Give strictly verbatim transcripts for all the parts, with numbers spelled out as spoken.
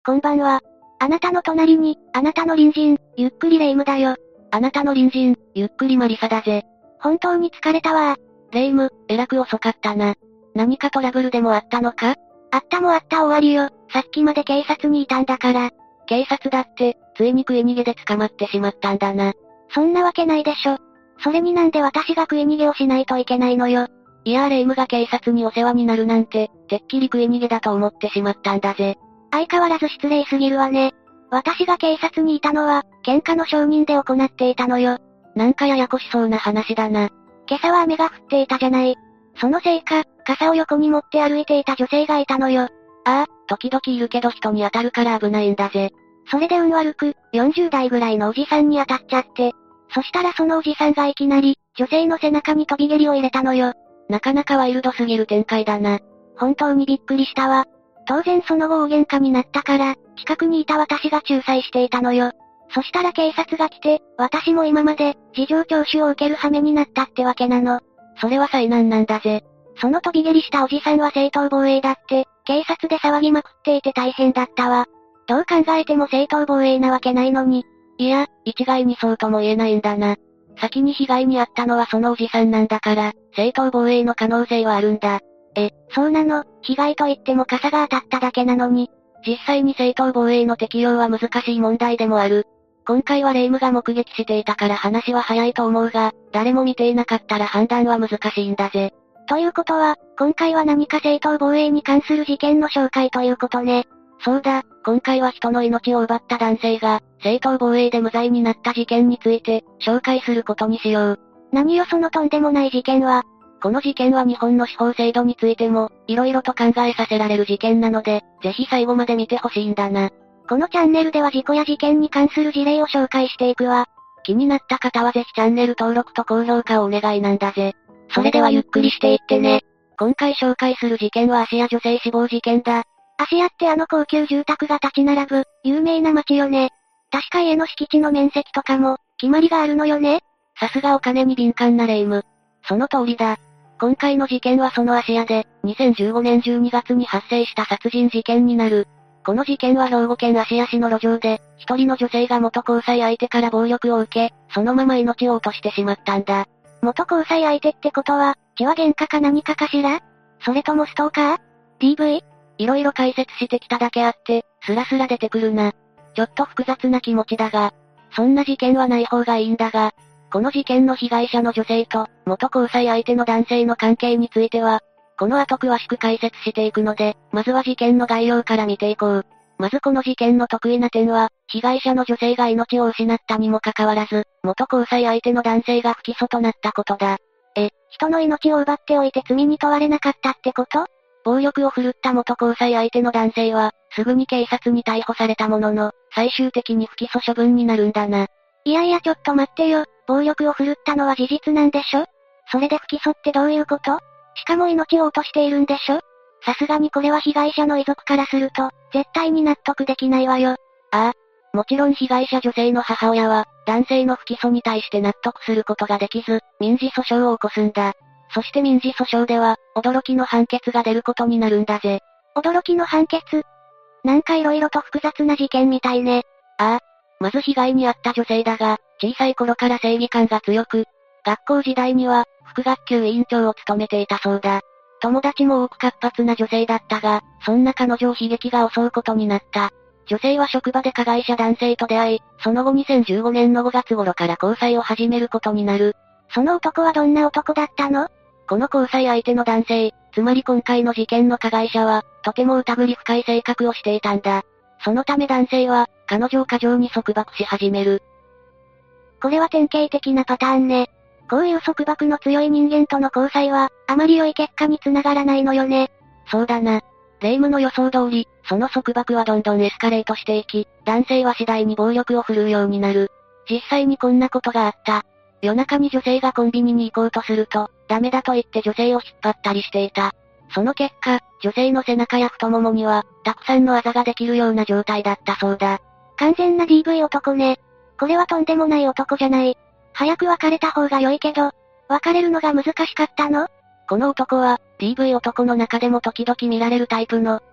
こんばんは。あなたの隣に、あなたの隣人、ゆっくりレ夢ムだよ。 あなたの隣人、ゆっくりマリサだぜ。 本当に疲れたわー。レ夢ム、えらく遅かったな。何かトラブルでもあったのか？ あったもあった終わりよ。さっきまで警察にいたんだから。 警察だって、ついに食い逃げで捕まってしまったんだな。 そんなわけないでしょ。それになんで私が食い逃げをしないといけないのよ。 いやーレ夢ムが警察にお世話になるなんて、てっきり食い逃げだと思ってしまったんだぜ。 相変わらず失礼すぎるわね。私が警察にいたのは、喧嘩の証人で行っていたのよ。 なんかややこしそうな話だな。 今朝は雨が降っていたじゃない。そのせいか、傘を横に持って歩いていた女性がいたのよ。 ああ、時々いるけど人に当たるから危ないんだぜ。 それで運悪く、よんじゅう代ぐらいのおじさんに当たっちゃって。そしたらそのおじさんがいきなり、女性の背中に飛び蹴りを入れたのよ。 なかなかワイルドすぎる展開だな。 本当にびっくりしたわ。当然その後大喧嘩になったから、近くにいた私が仲裁していたのよ。そしたら警察が来て、私も今まで、事情聴取を受ける羽目になったってわけなの。 それは災難なんだぜ。 その飛び蹴りしたおじさんは正当防衛だって、警察で騒ぎまくっていて大変だったわ。どう考えても正当防衛なわけないのに。 いや、一概にそうとも言えないんだな。先に被害に遭ったのはそのおじさんなんだから、正当防衛の可能性はあるんだ。 え、そうなの、被害といっても傘が当たっただけなのに。 実際に正当防衛の適用は難しい問題でもある。今回はレ夢ムが目撃していたから話は早いと思うが、誰も見ていなかったら判断は難しいんだぜ。 ということは、今回は何か正当防衛に関する事件の紹介ということね。 そうだ、今回は人の命を奪った男性が、正当防衛で無罪になった事件について、紹介することにしよう。 何よそのとんでもない事件は。 この事件は日本の司法制度についても、色々と考えさせられる事件なので、ぜひ最後まで見てほしいんだな。 このチャンネルでは事故や事件に関する事例を紹介していくわ。 気になった方はぜひチャンネル登録と高評価をお願いなんだぜ。 それではゆっくりしていってね。 今回紹介する事件は芦屋女性死亡事件だ。 芦屋ってあの高級住宅が立ち並ぶ、有名な街よね。確か家の敷地の面積とかも、決まりがあるのよね。 さすがお金に敏感なレ夢ム。その通りだ。今回の事件はその芦屋で、にせんじゅうごねんじゅうにがつに発生した殺人事件になる。この事件は兵庫県芦屋市の路上で、一人の女性が元交際相手から暴力を受け、そのまま命を落としてしまったんだ。 元交際相手ってことは、血は喧嘩か何かかしら？それともストーカー？ ディーブイ？ いろいろ解説してきただけあって、スラスラ出てくるな。ちょっと複雑な気持ちだが、そんな事件はない方がいいんだが、この事件の被害者の女性と、元交際相手の男性の関係については、この後詳しく解説していくので、まずは事件の概要から見ていこう。まずこの事件の得意な点は、被害者の女性が命を失ったにもかかわらず、元交際相手の男性が不起訴となったことだ。 え、人の命を奪っておいて罪に問われなかったってこと？ 暴力を振るった元交際相手の男性は、すぐに警察に逮捕されたものの、最終的に不起訴処分になるんだな。 いやいやちょっと待ってよ、暴力を振るったのは事実なんでしょ？それで不起訴ってどういうこと？しかも命を落としているんでしょ？さすがにこれは被害者の遺族からすると、絶対に納得できないわよ。 ああ。もちろん被害者女性の母親は、男性の不起訴に対して納得することができず、民事訴訟を起こすんだ。そして民事訴訟では、驚きの判決が出ることになるんだぜ。 驚きの判決？なんか色々と複雑な事件みたいね。 ああ。まず被害に遭った女性だが、小さい頃から正義感が強く、学校時代には、副学級委員長を務めていたそうだ。友達も多く活発な女性だったが、そんな彼女を悲劇が襲うことになった。女性は職場で加害者男性と出会い、その後にせんじゅうごねんのごがつ頃から交際を始めることになる。 その男はどんな男だったの？ この交際相手の男性、つまり今回の事件の加害者は、とても疑り深い性格をしていたんだ。そのため男性は、彼女を過剰に束縛し始める。 これは典型的なパターンね。こういう束縛の強い人間との交際は、あまり良い結果につながらないのよね。 そうだな。レ夢ムの予想通り、その束縛はどんどんエスカレートしていき、男性は次第に暴力を振るうようになる。実際にこんなことがあった。夜中に女性がコンビニに行こうとすると、ダメだと言って女性を引っ張ったりしていた。その結果、女性の背中や太ももには、たくさんのあざができるような状態だったそうだ。 完全な ディーブイ 男ね。これはとんでもない男じゃない。早く別れた方が良いけど、別れるのが難しかったの？ この男は、ディーブイ 男の中でも時々見られるタイプの、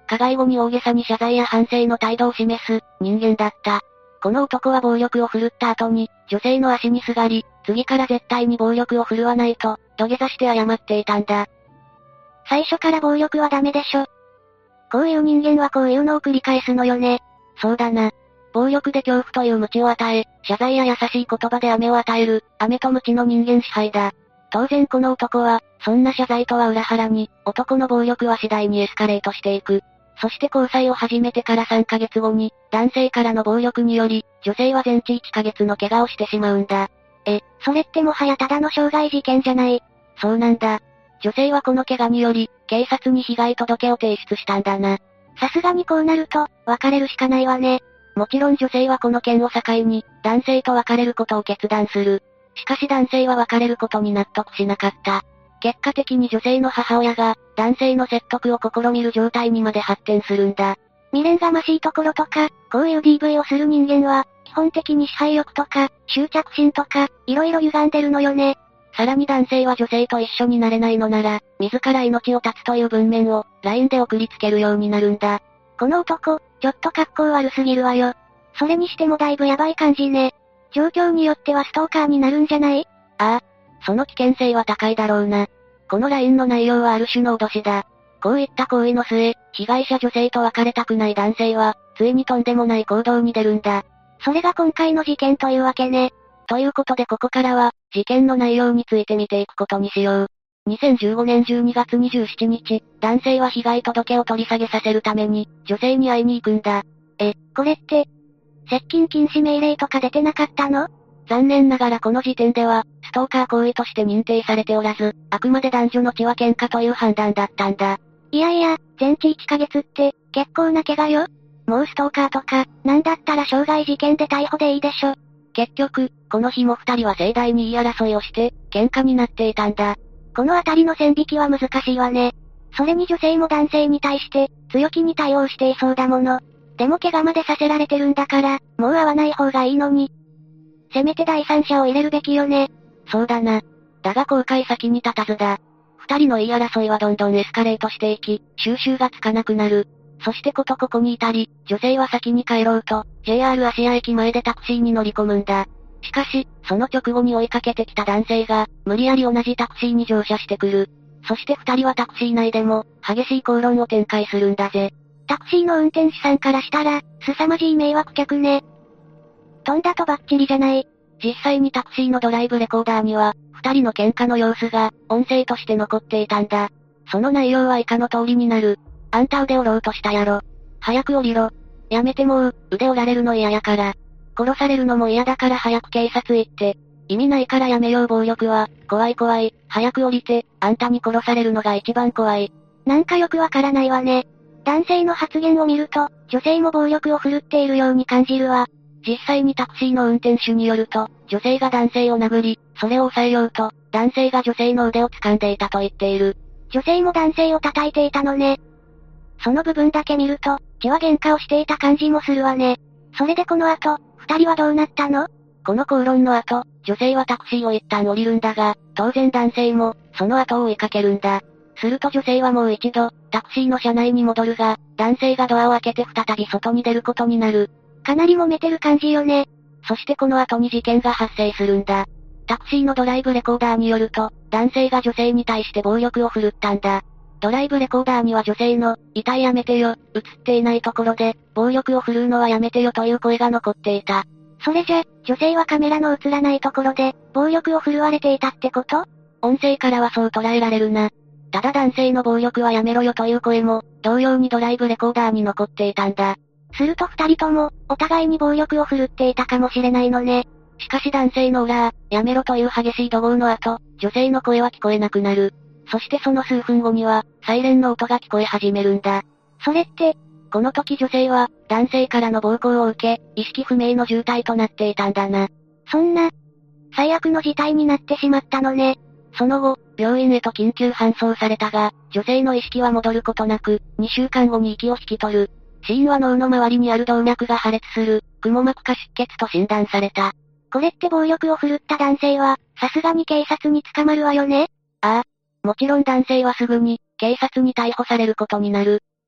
加害後に大げさに謝罪や反省の態度を示す、人間だった。この男は暴力を振るった後に、女性の足にすがり、次から絶対に暴力を振るわないと、土下座して謝っていたんだ。 最初から暴力はダメでしょ。こういう人間はこういうのを繰り返すのよね。 そうだな。暴力で恐怖という鞭を与え、謝罪や優しい言葉で飴を与える、飴と鞭の人間支配だ。当然この男は、そんな謝罪とは裏腹に、男の暴力は次第にエスカレートしていく。そして交際を始めてからさんかげつごに、男性からの暴力により、女性は全治いっかげつの怪我をしてしまうんだ。 え、それってもはやただの傷害事件じゃない。 そうなんだ。女性はこの怪我により、警察に被害届を提出したんだな。 さすがにこうなると、別れるしかないわね。 もちろん女性はこの件を境に、男性と別れることを決断する。しかし男性は別れることに納得しなかった。結果的に女性の母親が、男性の説得を試みる状態にまで発展するんだ。 未練がましいところとか、こういう ディーブイ をする人間は、基本的に支配欲とか、執着心とか、いろいろ歪んでるのよね。 さらに男性は女性と一緒になれないのなら、自ら命を絶つという文面を、ライン で送りつけるようになるんだ。 この男、ちょっと格好悪すぎるわよ。それにしてもだいぶやばい感じね。状況によってはストーカーになるんじゃない？ ああ、その危険性は高いだろうな。この ライン の内容はある種の脅しだ。こういった行為の末、被害者女性と別れたくない男性は、ついにとんでもない行動に出るんだ。 それが今回の事件というわけね。 ということでここからは、事件の内容について見ていくことにしよう。にせんじゅうごねんじゅうにがつにじゅうしちにち、男性は被害届を取り下げさせるために、女性に会いに行くんだ。 え、これって、接近禁止命令とか出てなかったの？ 残念ながらこの時点では、ストーカー行為として認定されておらず、あくまで男女の血は喧嘩という判断だったんだ。 いやいや、全治いっかげつって、結構な怪我よ。もうストーカーとか、なんだったら傷害事件で逮捕でいいでしょ。 結局、この日も二人は盛大に言い争いをして、喧嘩になっていたんだ。 このあたりの線引きは難しいわね。それに女性も男性に対して、強気に対応していそうだもの。でも怪我までさせられてるんだから、もう会わない方がいいのに。せめて第三者を入れるべきよね。 そうだな。だが後悔先に立たずだ。二人の言い争いはどんどんエスカレートしていき、収拾がつかなくなる。そしてことここに至り、女性は先に帰ろうと、ジェイアール 芦屋駅前でタクシーに乗り込むんだ。しかし、その直後に追いかけてきた男性が、無理やり同じタクシーに乗車してくる。そして二人はタクシー内でも、激しい口論を展開するんだぜ。 タクシーの運転手さんからしたら、凄まじい迷惑客ね。とんだとばっちりじゃない。 実際にタクシーのドライブレコーダーには、二人の喧嘩の様子が、音声として残っていたんだ。その内容は以下の通りになる。あんた腕折ろうとしたやろ。早く降りろ。やめてもう、腕折られるの嫌やから。殺されるのも嫌だから早く警察行って。意味ないからやめよう暴力は、怖い怖い、早く降りて、あんたに殺されるのが一番怖い。 なんかよくわからないわね。男性の発言を見ると、女性も暴力を振るっているように感じるわ。 実際にタクシーの運転手によると、女性が男性を殴り、それを抑えようと、男性が女性の腕を掴んでいたと言っている。 女性も男性を叩いていたのね。その部分だけ見ると、血は喧嘩をしていた感じもするわね。それでこの後、二人はどうなったの？ この口論の後、女性はタクシーを一旦降りるんだが、当然男性も、その後を追いかけるんだ。すると女性はもう一度、タクシーの車内に戻るが、男性がドアを開けて再び外に出ることになる。 かなり揉めてる感じよね。 そしてこの後に事件が発生するんだ。タクシーのドライブレコーダーによると、男性が女性に対して暴力を振るったんだ。ドライブレコーダーには女性の、遺体やめてよ、映っていないところで、暴力を振るうのはやめてよという声が残っていた。 それじゃ、女性はカメラの映らないところで、暴力を振るわれていたってこと？ 音声からはそう捉えられるな。ただ男性の暴力はやめろよという声も、同様にドライブレコーダーに残っていたんだ。 すると二人とも、お互いに暴力を振るっていたかもしれないのね。 しかし男性のオラー、やめろという激しい怒号の後、女性の声は聞こえなくなる。そしてその数分後には、サイレンの音が聞こえ始めるんだ。 それって、 この時女性は、男性からの暴行を受け、意識不明の重体となっていたんだな。 そんな、最悪の事態になってしまったのね。 その後、病院へと緊急搬送されたが、女性の意識は戻ることなく、にしゅうかんごに息を引き取る。死因は脳の周りにある動脈が破裂する、くも膜下出血と診断された。 これって暴力を振るった男性は、さすがに警察に捕まるわよね？ ああ。もちろん男性はすぐに、警察に逮捕されることになる。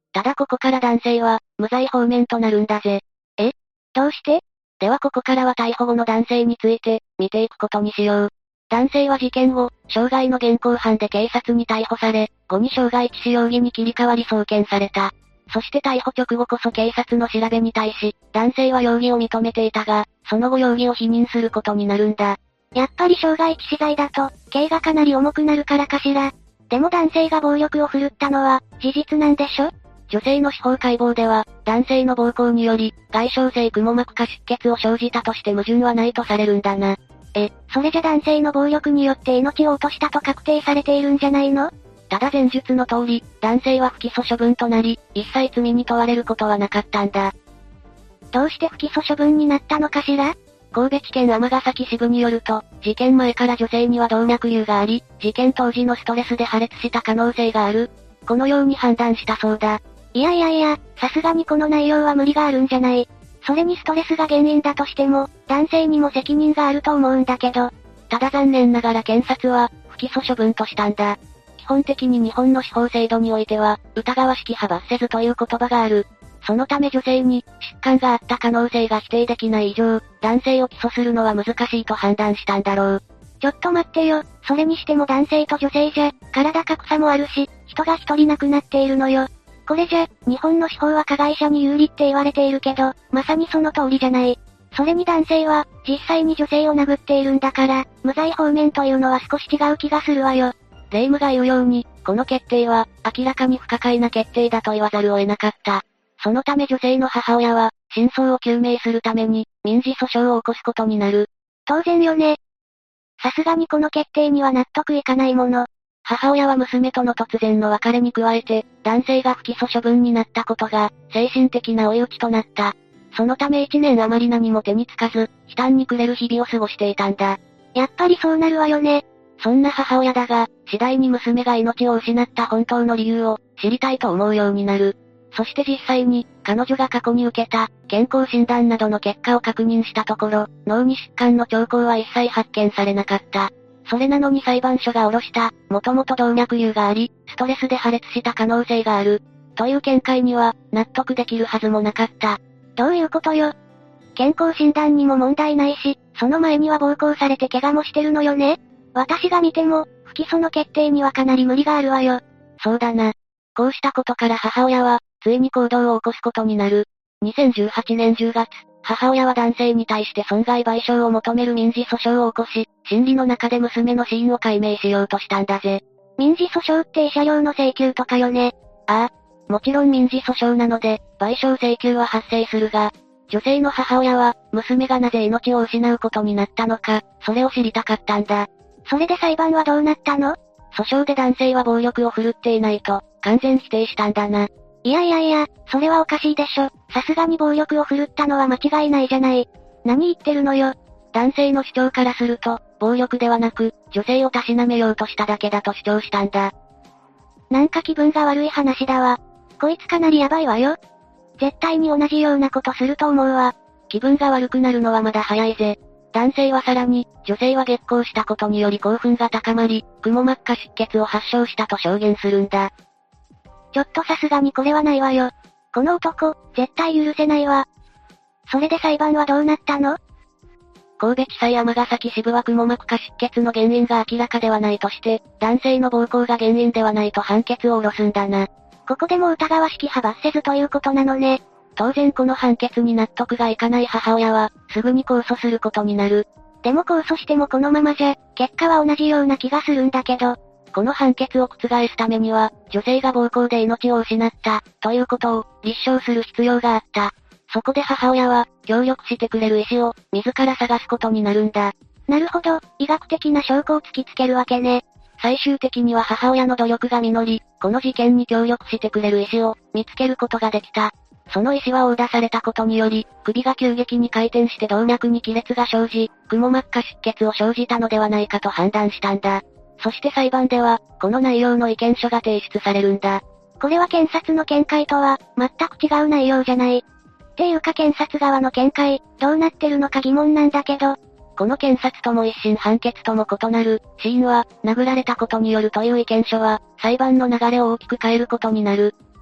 ただここから男性は、無罪放免となるんだぜ。 え？どうして？ ではここからは逮捕後の男性について、見ていくことにしよう。男性は事件後、傷害の現行犯で警察に逮捕され、後に傷害致死容疑に切り替わり送検された。そして逮捕直後こそ警察の調べに対し、男性は容疑を認めていたが、その後容疑を否認することになるんだ。 やっぱり傷害致死罪だと、刑がかなり重くなるからかしら。でも男性が暴力を振るったのは、事実なんでしょ？ 女性の司法解剖では、男性の暴行により、外傷性くも膜下出血を生じたとして矛盾はないとされるんだな。 え、それじゃ男性の暴力によって命を落としたと確定されているんじゃないの？ ただ前述の通り、男性は不起訴処分となり、一切罪に問われることはなかったんだ。 どうして不起訴処分になったのかしら？ 神戸地検尼崎支部によると、事件前から女性には動脈瘤があり、事件当時のストレスで破裂した可能性がある。このように判断したそうだ。 いやいやいや、さすがにこの内容は無理があるんじゃない。それにストレスが原因だとしても、男性にも責任があると思うんだけど。 ただ残念ながら検察は、不起訴処分としたんだ。基本的に日本の司法制度においては、疑わしき派罰せずという言葉がある。そのため女性に、疾患があった可能性が否定できない以上、男性を起訴するのは難しいと判断したんだろう。 ちょっと待ってよ、それにしても男性と女性じゃ、体格差もあるし、人が一人亡くなっているのよ。これじゃ、日本の司法は加害者に有利って言われているけど、まさにその通りじゃない。それに男性は、実際に女性を殴っているんだから、無罪放免というのは少し違う気がするわよ。 霊夢が言うように、この決定は、明らかに不可解な決定だと言わざるを得なかった。そのため女性の母親は、真相を究明するために、民事訴訟を起こすことになる。 当然よね。さすがにこの決定には納得いかないもの。 母親は娘との突然の別れに加えて、男性が不起訴処分になったことが、精神的な追い打ちとなった。そのため一年余り何も手につかず、悲嘆に暮れる日々を過ごしていたんだ。 やっぱりそうなるわよね。 そんな母親だが、次第に娘が命を失った本当の理由を、知りたいと思うようになる。そして実際に、彼女が過去に受けた、健康診断などの結果を確認したところ、脳に疾患の兆候は一切発見されなかった。それなのに裁判所が下ろした、もともと動脈瘤があり、ストレスで破裂した可能性がある。という見解には、納得できるはずもなかった。 どういうことよ？健康診断にも問題ないし、その前には暴行されて怪我もしてるのよね？私が見ても、不起訴の決定にはかなり無理があるわよ。 そうだな。こうしたことから母親は、ついに行動を起こすことになる。にせんじゅうはちねんじゅうがつ、母親は男性に対して損害賠償を求める民事訴訟を起こし、審理の中で娘の死因を解明しようとしたんだぜ。 民事訴訟って慰謝料の請求とかよね。 ああ、もちろん民事訴訟なので、賠償請求は発生するが、女性の母親は、娘がなぜ命を失うことになったのか、それを知りたかったんだ。 それで裁判はどうなったの？ 訴訟で男性は暴力を振るっていないと、完全否定したんだな。 いやいやいや、それはおかしいでしょ。さすがに暴力を振るったのは間違いないじゃない。何言ってるのよ。 男性の主張からすると、暴力ではなく、女性をたしなめようとしただけだと主張したんだ。 なんか気分が悪い話だわ。こいつかなりヤバいわよ。絶対に同じようなことすると思うわ。 気分が悪くなるのはまだ早いぜ。男性はさらに、女性は激高したことにより興奮が高まり、くも膜下出血を発症したと証言するんだ。 ちょっとさすがにこれはないわよ。この男、絶対許せないわ。それで裁判はどうなったの？ 神戸地裁尼崎支部はくも膜下出血の原因が明らかではないとして、男性の暴行が原因ではないと判決を下ろすんだな。 ここでも疑わしき派罰せずということなのね。 当然この判決に納得がいかない母親は、すぐに控訴することになる。 でも控訴してもこのままじゃ、結果は同じような気がするんだけど。 この判決を覆すためには、女性が暴行で命を失った、ということを、立証する必要があった。そこで母親は、協力してくれる医師を、自ら探すことになるんだ。 なるほど、医学的な証拠を突きつけるわけね。 最終的には母親の努力が実り、この事件に協力してくれる医師を、見つけることができた。その医師は殴打されたことにより、首が急激に回転して動脈に亀裂が生じ、くも膜下出血を生じたのではないかと判断したんだ。そして裁判では、この内容の意見書が提出されるんだ。 これは検察の見解とは、全く違う内容じゃない。っていうか検察側の見解、どうなってるのか疑問なんだけど。 この検察とも一審判決とも異なる、死因は、殴られたことによるという意見書は、裁判の流れを大きく変えることになる。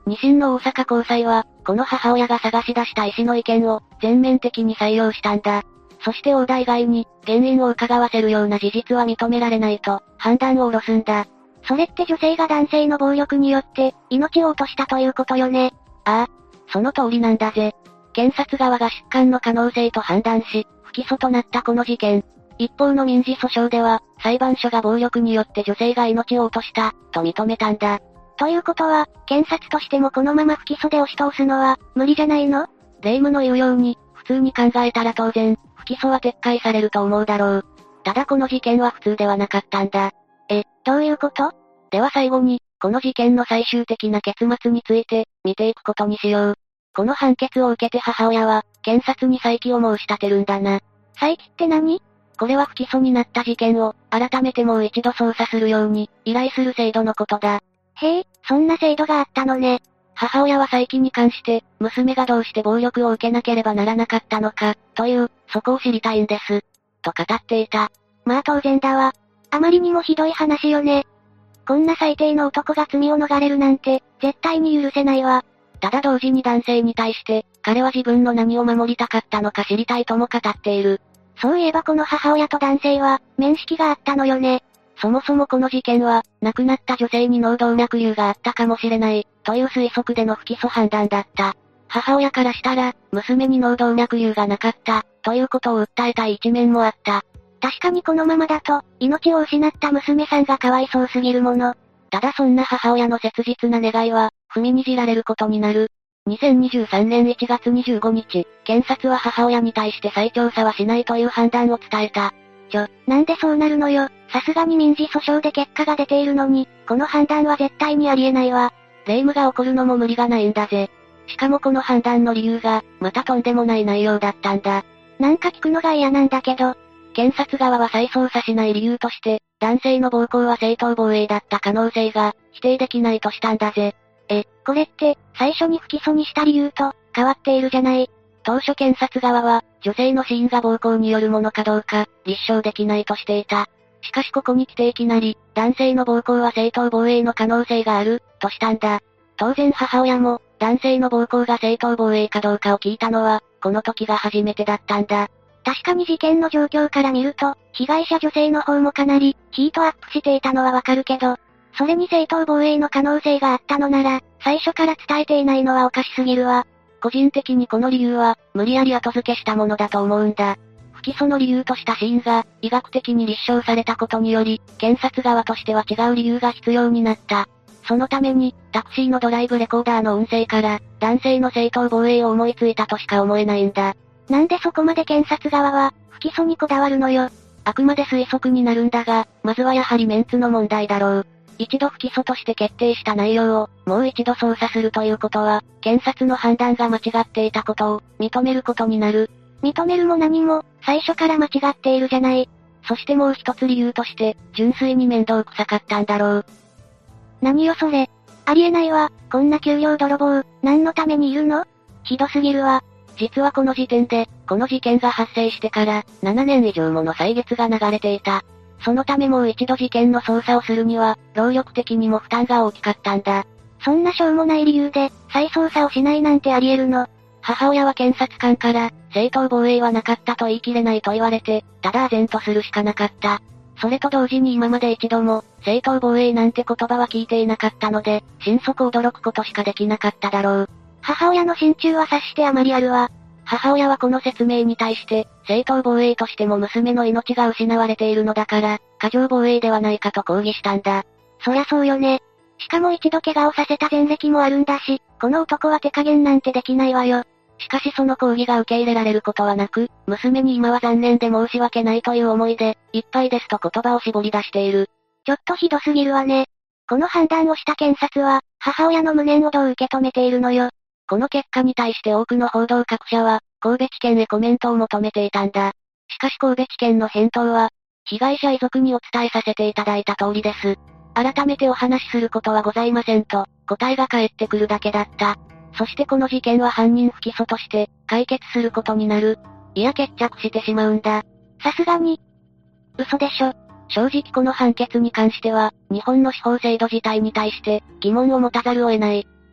二審の大阪高裁は、この母親が探し出した医師の意見を、全面的に採用したんだ。そして大田以外に、原因を伺わせるような事実は認められないと、判断を下ろすんだ。 それって女性が男性の暴力によって、命を落としたということよね。 ああ、その通りなんだぜ。検察側が疾患の可能性と判断し、不起訴となったこの事件。一方の民事訴訟では、裁判所が暴力によって女性が命を落とした、と認めたんだ。 ということは、検察としてもこのまま不起訴で押し通すのは、無理じゃないの？ 霊夢の言うように、普通に考えたら当然、不起訴は撤回されると思うだろう。ただこの事件は普通ではなかったんだ。 え、どういうこと？ では最後に、この事件の最終的な結末について、見ていくことにしよう。この判決を受けて母親は、検察に再起を申し立てるんだな。 再起って何？ これは不起訴になった事件を、改めてもう一度捜査するように、依頼する制度のことだ。 へえ、そんな制度があったのね。 母親は再起に関して、娘がどうして暴力を受けなければならなかったのか、という、そこを知りたいんです。と語っていた。 まあ当然だわ。あまりにもひどい話よね。こんな最低の男が罪を逃れるなんて、絶対に許せないわ。 ただ同時に男性に対して、彼は自分の何を守りたかったのか知りたいとも語っている。 そういえばこの母親と男性は、面識があったのよね。 そもそもこの事件は、亡くなった女性に脳動脈瘤があったかもしれない、という推測での不起訴判断だった。母親からしたら、娘に脳動脈瘤がなかった、ということを訴えたい一面もあった。 確かにこのままだと、命を失った娘さんがかわいそうすぎるもの。 ただそんな母親の切実な願いは、踏みにじられることになる。にせんにじゅうさんねんいちがつにじゅうごにち、検察は母親に対して再調査はしないという判断を伝えた。 ちょ、なんでそうなるのよ。さすがに民事訴訟で結果が出ているのに、この判断は絶対にありえないわ。 霊夢が起こるのも無理がないんだぜ。しかもこの判断の理由が、またとんでもない内容だったんだ。 なんか聞くのが嫌なんだけど。 検察側は再捜査しない理由として、男性の暴行は正当防衛だった可能性が、否定できないとしたんだぜ。 え、これって、最初に不起訴にした理由と、変わっているじゃない。 当初検察側は、女性の死因が暴行によるものかどうか、立証できないとしていた。しかしここに来ていきなり、男性の暴行は正当防衛の可能性がある、としたんだ。当然母親も、男性の暴行が正当防衛かどうかを聞いたのは、この時が初めてだったんだ。 確かに事件の状況から見ると、被害者女性の方もかなり、ヒートアップしていたのはわかるけど、それに正当防衛の可能性があったのなら、最初から伝えていないのはおかしすぎるわ。 個人的にこの理由は、無理やり後付けしたものだと思うんだ。不起訴の理由とした死因が、医学的に立証されたことにより、検察側としては違う理由が必要になった。そのために、タクシーのドライブレコーダーの音声から、男性の正当防衛を思いついたとしか思えないんだ。 なんでそこまで検察側は、不起訴にこだわるのよ。 あくまで推測になるんだが、まずはやはりメンツの問題だろう。一度不起訴として決定した内容を、もう一度捜査するということは、検察の判断が間違っていたことを、認めることになる。 認めるも何も、最初から間違っているじゃない。 そしてもう一つ理由として、純粋に面倒くさかったんだろう。 何よそれ。ありえないわ、こんな給料泥棒、何のためにいるの？ひどすぎるわ。 実はこの時点で、この事件が発生してから、ななねん以上もの歳月が流れていた。そのためもう一度事件の捜査をするには、労力的にも負担が大きかったんだ。 そんなしょうもない理由で、再捜査をしないなんてあり得るの？ 母親は検察官から、正当防衛はなかったと言い切れないと言われて、ただ唖然とするしかなかった。それと同時に今まで一度も、正当防衛なんて言葉は聞いていなかったので、心底驚くことしかできなかっただろう。 母親の心中は察してあまりあるわ。 母親はこの説明に対して、正当防衛としても娘の命が失われているのだから、過剰防衛ではないかと抗議したんだ。 そりゃそうよね。しかも一度怪我をさせた前歴もあるんだし、この男は手加減なんてできないわよ。 しかしその抗議が受け入れられることはなく、娘に今は残念で申し訳ないという思いで、いっぱいですと言葉を絞り出している。 ちょっとひどすぎるわね。この判断をした検察は、母親の無念をどう受け止めているのよ。 この結果に対して多くの報道各社は、神戸地検へコメントを求めていたんだ。しかし神戸地検の返答は、被害者遺族にお伝えさせていただいた通りです。改めてお話しすることはございませんと、答えが返ってくるだけだった。そしてこの事件は犯人不起訴として、解決することになる。いや決着してしまうんだ。 さすがに。嘘でしょ。 正直この判決に関しては、日本の司法制度自体に対して、疑問を持たざるを得ない。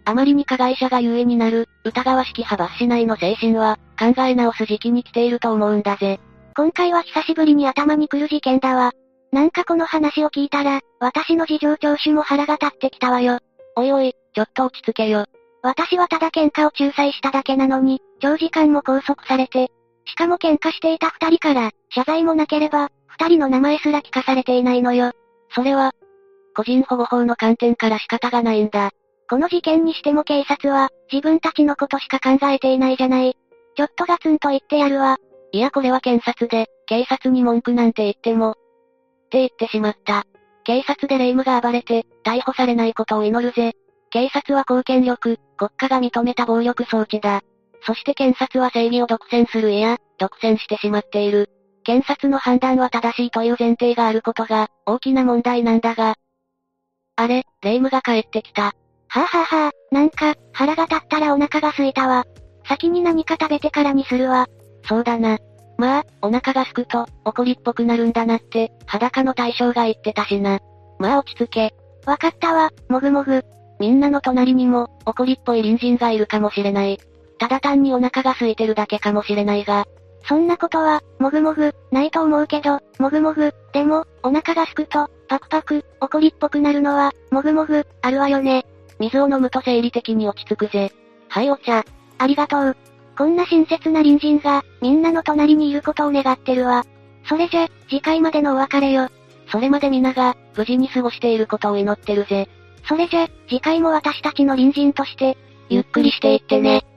あまりに加害者が優位になる、疑わしき派閥市内の精神は、考え直す時期に来ていると思うんだぜ。 今回は久しぶりに頭に来る事件だわ。なんかこの話を聞いたら、私の事情聴取も腹が立ってきたわよ。 おいおい、ちょっと落ち着けよ。 私はただ喧嘩を仲裁しただけなのに、長時間も拘束されて、しかも喧嘩していた二人から、謝罪もなければ、二人の名前すら聞かされていないのよ。 それは、個人保護法の観点から仕方がないんだ。 この事件にしても警察は、自分たちのことしか考えていないじゃない。ちょっとガツンと言ってやるわ。 いやこれは検察で、警察に文句なんて言っても、って言ってしまった。警察で霊夢が暴れて、逮捕されないことを祈るぜ。警察は公権力、国家が認めた暴力装置だ。そして検察は正義を独占するいや、独占してしまっている。検察の判断は正しいという前提があることが、大きな問題なんだが。あれ、霊夢が帰ってきた。 はぁはぁはぁ、なんか、腹が立ったらお腹が空いたわ。先に何か食べてからにするわ。 そうだな。まあ、お腹が空くと、怒りっぽくなるんだなって、裸の大将が言ってたしな。まあ落ち着け。 わかったわ、もぐもぐ。 みんなの隣にも、怒りっぽい隣人がいるかもしれない。ただ単にお腹が空いてるだけかもしれないが。 そんなことは、もぐもぐ、ないと思うけど、もぐもぐ、でも、お腹が空くと、パクパク、怒りっぽくなるのは、もぐもぐ、あるわよね。 水を飲むと生理的に落ち着くぜ。はいお茶。 ありがとう。こんな親切な隣人が、みんなの隣にいることを願ってるわ。それじゃ、次回までのお別れよ。 それまで皆が、無事に過ごしていることを祈ってるぜ。 それじゃ、次回も私たちの隣人として、 ゆっくりしていってね。